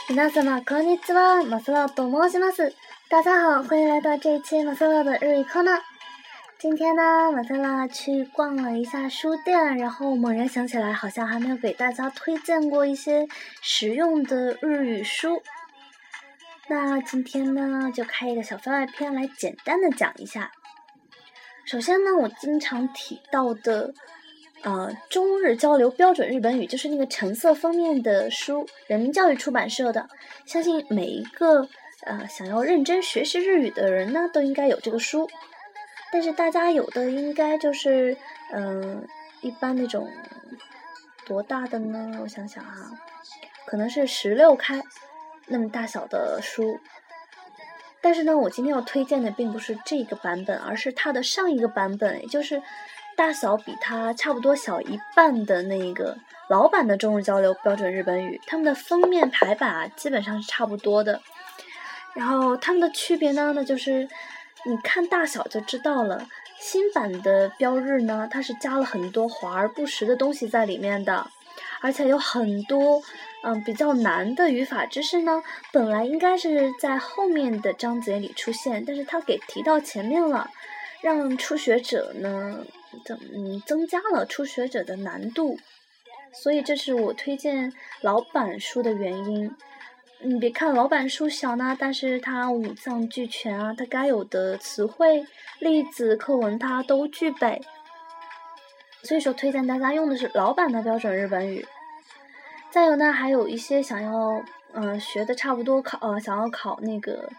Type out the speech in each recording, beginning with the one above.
皆様こんにちは、マサラと申します。大家好，欢迎来到这一期马萨拉的日语课呢。今天呢，马萨拉去逛了一下书店，然后猛然想起来，好像还没有给大家推荐过一些实用的日语书。那今天呢，就开一个小番外篇来简单的讲一下。首先呢，我经常提到的中日交流标准日本语，就是那个橙色封面的书，人民教育出版社的。相信每一个想要认真学习日语的人呢，都应该有这个书。但是大家有的应该就是一般那种多大的呢？我想想啊，可能是16开那么大小的书。但是呢，我今天要推荐的并不是这个版本，而是它的上一个版本，也就是大小比它差不多小一半的那个老版的中日交流标准日本语。它们的封面排版基本上是差不多的。然后它们的区别呢，那就是你看大小就知道了。新版的标日呢，它是加了很多华而不实的东西在里面的，而且有很多比较难的语法知识呢，本来应该是在后面的章节里出现，但是它给提到前面了，让初学者呢增加了初学者的难度。所以这是我推荐老版书的原因。你别看老版书小呢，但是它五脏俱全啊，它该有的词汇、例子、课文它都具备。所以说推荐大家用的是老版的标准日本语。再有呢，还有一些想要学的差不多想要考那个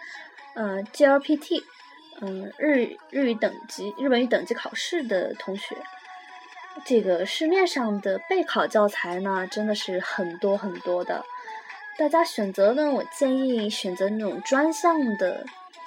GLPT 日本语等级考试的同学，这个市面上的备考教材呢，真的是很多很多的。大家选择呢，我建议选择那种专项的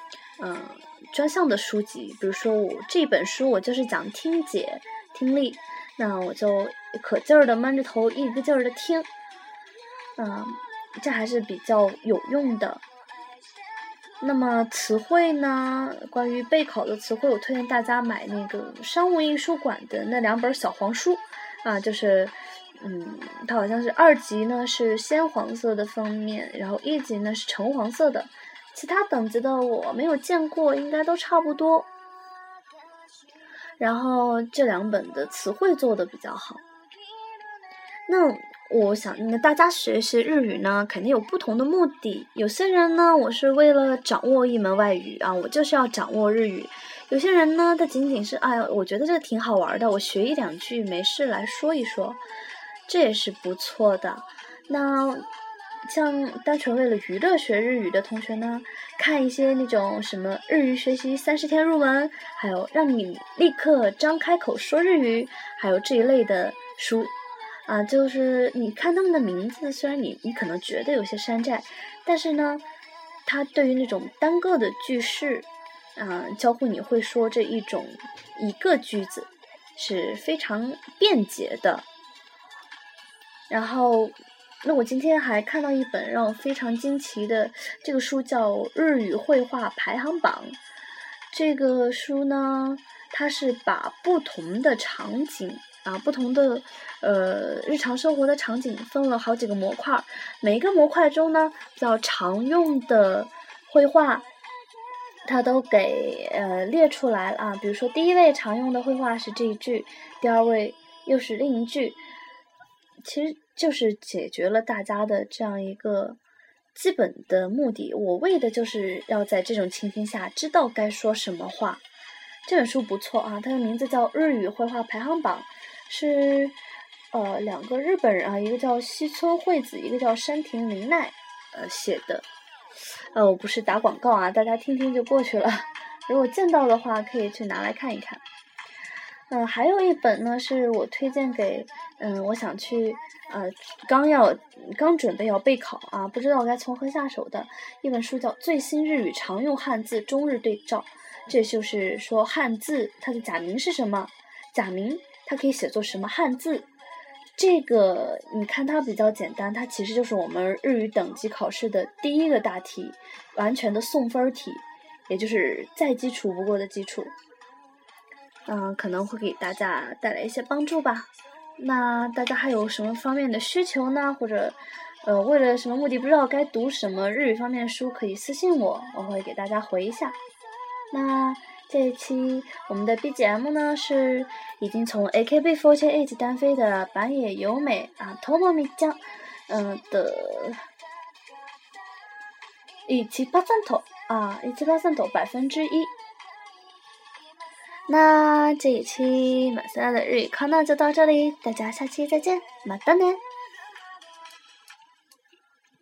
书籍。比如说我这本书我就是讲听解听力，那我就可劲儿的闷着头一个劲儿的听，这还是比较有用的。那么词汇呢，关于备考的词汇，我推荐大家买那个商务印书馆的那2本小黄书就是它好像是2级呢是鲜黄色的封面，然后1级呢是橙黄色的，其他等级的我没有见过，应该都差不多。然后这2本的词汇做的比较好。那我想大家学习日语呢，肯定有不同的目的。有些人呢，我是为了掌握一门外语我就是要掌握日语。有些人呢，他仅仅是我觉得这挺好玩的，我学1、2句没事来说一说，这也是不错的。那像单纯为了娱乐学日语的同学呢，看一些那种什么日语学习30天入门，还有让你立刻张开口说日语，还有这一类的书就是你看他们的名字，虽然你可能觉得有些山寨，但是呢，它对于那种单个的句式教会你会说这一个句子是非常便捷的。然后那我今天还看到一本让我非常惊奇的，这个书叫《日语绘画排行榜》。这个书呢，它是把不同的场景不同的日常生活的场景分了好几个模块，每一个模块中呢，比较常用的绘画它都给列出来了比如说第1位常用的绘画是这一句，第2位又是另一句，其实就是解决了大家的这样一个基本的目的。我为的就是要在这种情形下知道该说什么话。这本书不错它的名字叫《日语绘画排行榜》，是2个日本人一个叫西村惠子，一个叫山田绫奈写的。我不是打广告大家听听就过去了。如果见到的话，可以去拿来看一看。还有一本呢，是我推荐给我想去刚准备要备考不知道该从何下手的一本书，叫《最新日语常用汉字中日对照》。这就是说汉字它的假名是什么，假名它可以写作什么汉字。这个你看它比较简单，它其实就是我们日语等级考试的第1个大题，完全的送分题，也就是再基础不过的基础。可能会给大家带来一些帮助吧。那大家还有什么方面的需求呢？或者为了什么目的不知道该读什么日语方面的书，可以私信我，我会给大家回一下。那这一期我们的 BGM 呢是已经从 AKB48 单飞的板野由美啊 Tomomi 酱的1%啊1%。那这一期马赛拉的日语课呢就到这里，大家下期再见，またね。